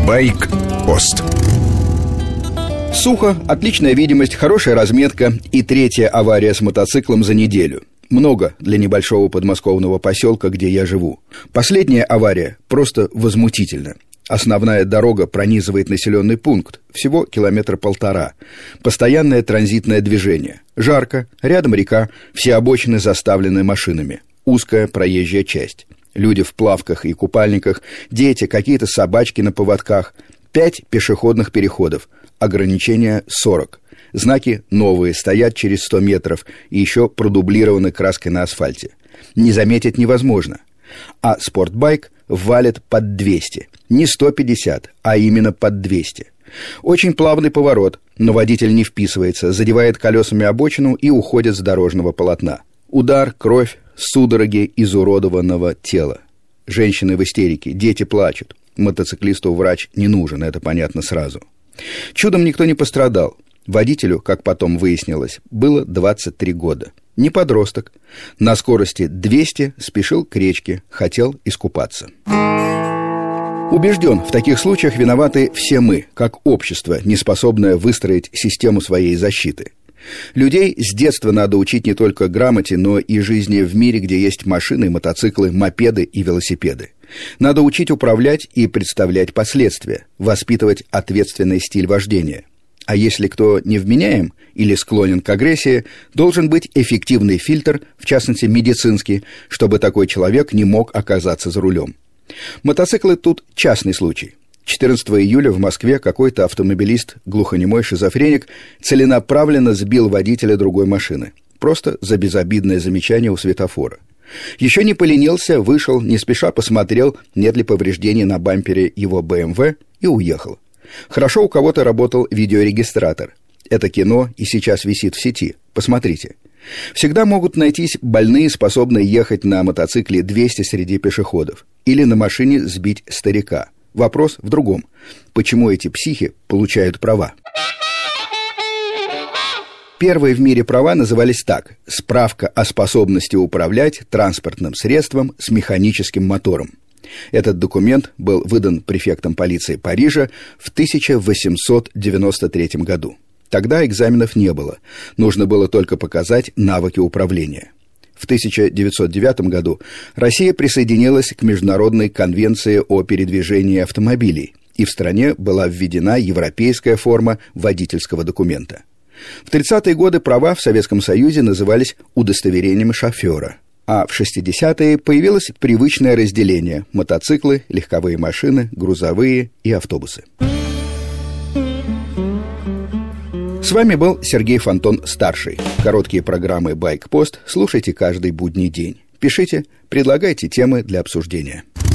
Байк-пост. Сухо, отличная видимость, хорошая разметка и третья авария с мотоциклом за неделю. Много для небольшого подмосковного поселка, где я живу. Последняя авария просто возмутительна. Основная дорога пронизывает населенный пункт, всего 1,5 километра. Постоянное транзитное движение. Жарко, рядом река, все обочины заставлены машинами. Узкая проезжая часть. Люди в плавках и купальниках, дети, какие-то собачки на поводках. 5 пешеходных переходов. Ограничение 40. Знаки новые, стоят через 100 метров и еще продублированы краской на асфальте. Не заметить невозможно. А спортбайк валит под 200. Не 150, а именно под 200. Очень плавный поворот, но водитель не вписывается, задевает колесами обочину и уходит с дорожного полотна. Удар, кровь, судороги изуродованного тела. Женщины в истерике, дети плачут. Мотоциклисту врач не нужен, это понятно сразу. Чудом никто не пострадал. Водителю, как потом выяснилось, было 23 года. Не подросток. На скорости 200 спешил к речке, хотел искупаться. Убежден, в таких случаях виноваты все мы, как общество, не способное выстроить систему своей защиты. Людей с детства надо учить не только грамоте, но и жизни в мире, где есть машины, мотоциклы, мопеды и велосипеды. Надо учить управлять и представлять последствия, воспитывать ответственный стиль вождения. А если кто невменяем или склонен к агрессии, должен быть эффективный фильтр, в частности медицинский, чтобы такой человек не мог оказаться за рулем. Мотоциклы тут частный случай. 14 июля в Москве какой-то автомобилист, глухонемой шизофреник, целенаправленно сбил водителя другой машины. Просто за безобидное замечание у светофора. Еще не поленился, вышел, не спеша посмотрел, нет ли повреждений на бампере его БМВ, и уехал. Хорошо у кого-то работал видеорегистратор. Это кино и сейчас висит в сети. Посмотрите. Всегда могут найтись больные, способные ехать на мотоцикле 200 среди пешеходов. Или на машине сбить старика. Вопрос в другом. Почему эти психи получают права? Первые в мире права назывались так: справка о способности управлять транспортным средством с механическим мотором. Этот документ был выдан префектом полиции Парижа в 1893 году. Тогда экзаменов не было. Нужно было только показать навыки управления. В 1909 году Россия присоединилась к Международной конвенции о передвижении автомобилей, и в стране была введена европейская форма водительского документа. В 30-е годы права в Советском Союзе назывались удостоверением шофера, а в 60-е появилось привычное разделение – мотоциклы, легковые машины, грузовые и автобусы. С вами был Сергей Фонтон-старший. Короткие программы «Байк-пост» слушайте каждый будний день. Пишите, предлагайте темы для обсуждения.